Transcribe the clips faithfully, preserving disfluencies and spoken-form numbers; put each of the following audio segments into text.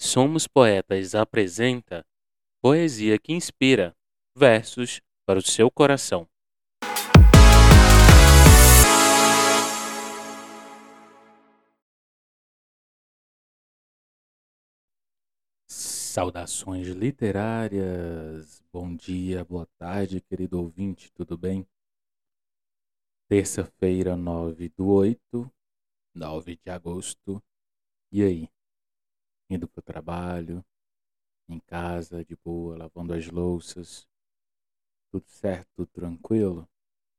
Somos Poetas apresenta Poesia que Inspira, versos para o seu coração. Saudações literárias! Bom dia, boa tarde, querido ouvinte, tudo bem? Terça-feira, nove do oito, nove de agosto. E aí? Indo para o trabalho, em casa, de boa, lavando as louças, tudo certo, tudo tranquilo?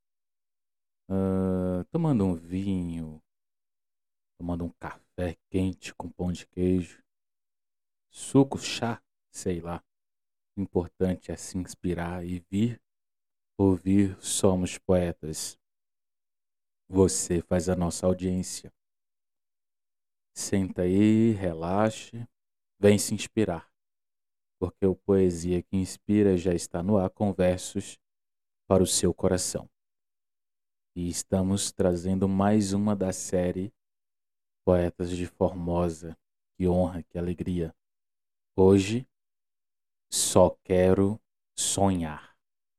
Ah, tomando um vinho, tomando um café quente com pão de queijo, suco, chá, sei lá. O importante é se inspirar e vir ouvir Somos Poetas. Você faz a nossa audiência. Senta aí, relaxe, vem se inspirar, porque o Poesia que Inspira já está no ar com versos para o seu coração. E estamos trazendo mais uma da série Poetas de Formosa. Que honra, que alegria. Hoje, só quero sonhar.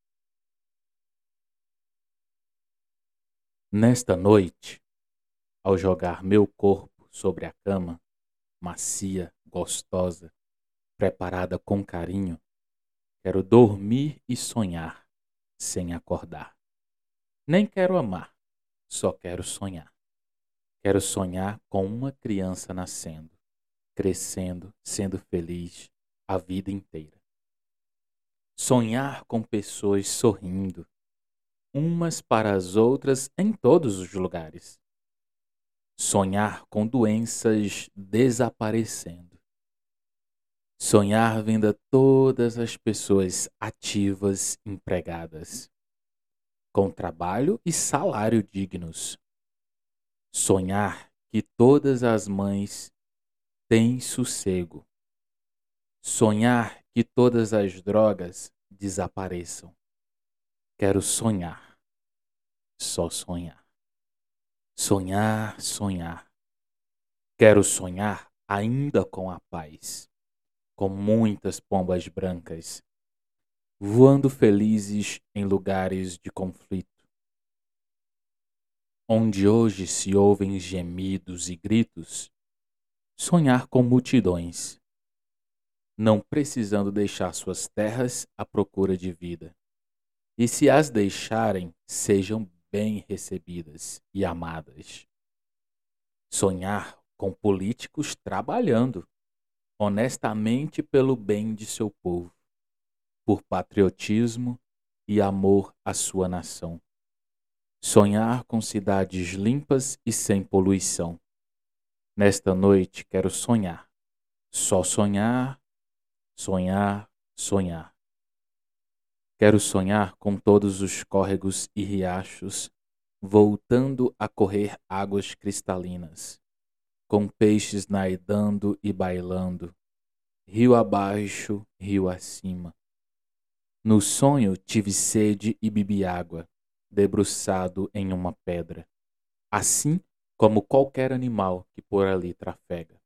Nesta noite, ao jogar meu corpo sobre a cama, macia, gostosa, preparada com carinho, quero dormir e sonhar, sem acordar. Nem quero amar, só quero sonhar. Quero sonhar com uma criança nascendo, crescendo, sendo feliz a vida inteira. Sonhar com pessoas sorrindo, umas para as outras em todos os lugares. Sonhar com doenças desaparecendo. Sonhar vendo todas as pessoas ativas empregadas, com trabalho e salário dignos. Sonhar que todas as mães têm sossego. Sonhar que todas as drogas desapareçam. Quero sonhar, só sonhar. Sonhar, sonhar. Quero sonhar ainda com a paz, com muitas pombas brancas, voando felizes em lugares de conflito, onde hoje se ouvem gemidos e gritos. Sonhar com multidões, não precisando deixar suas terras à procura de vida, e se as deixarem, sejam bem recebidas e amadas. Sonhar com políticos trabalhando honestamente pelo bem de seu povo, por patriotismo e amor à sua nação. Sonhar com cidades limpas e sem poluição. Nesta noite quero sonhar, só sonhar, sonhar, sonhar. Quero sonhar com todos os córregos e riachos voltando a correr águas cristalinas, com peixes nadando e bailando, rio abaixo, rio acima. No sonho tive sede e bebi água, debruçado em uma pedra, assim como qualquer animal que por ali trafega.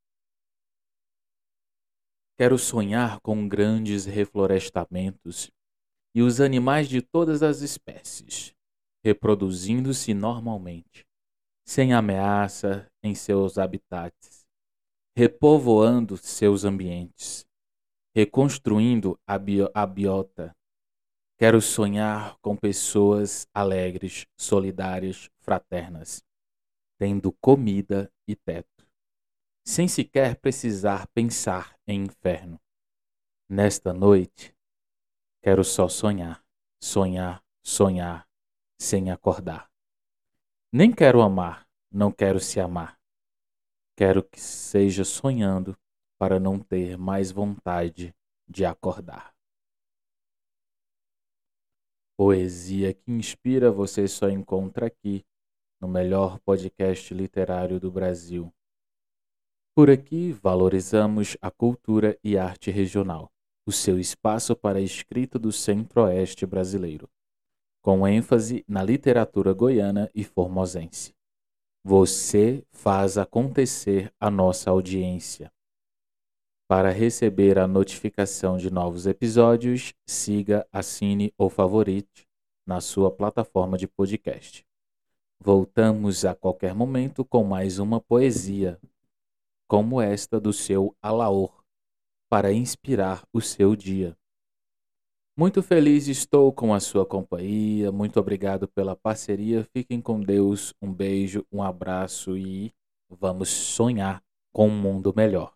Quero sonhar com grandes reflorestamentos e os animais de todas as espécies, reproduzindo-se normalmente, sem ameaça em seus habitats, repovoando seus ambientes, reconstruindo a, bio a biota. Quero sonhar com pessoas alegres, solidárias, fraternas, tendo comida e teto, sem sequer precisar pensar em inferno. Nesta noite, quero só sonhar, sonhar, sonhar, sem acordar. Nem quero amar, não quero se amar. Quero que seja sonhando para não ter mais vontade de acordar. Poesia que inspira você só encontra aqui, no melhor podcast literário do Brasil. Por aqui valorizamos a cultura e arte regional, o seu espaço para a escrita do centro-oeste brasileiro, com ênfase na literatura goiana e formosense. Você faz acontecer a nossa audiência. Para receber a notificação de novos episódios, siga, assine ou favorite na sua plataforma de podcast. Voltamos a qualquer momento com mais uma poesia, como esta do seu Alaor, para inspirar o seu dia. Muito feliz estou com a sua companhia, muito obrigado pela parceria. Fiquem com Deus, um beijo, um abraço e vamos sonhar com um mundo melhor.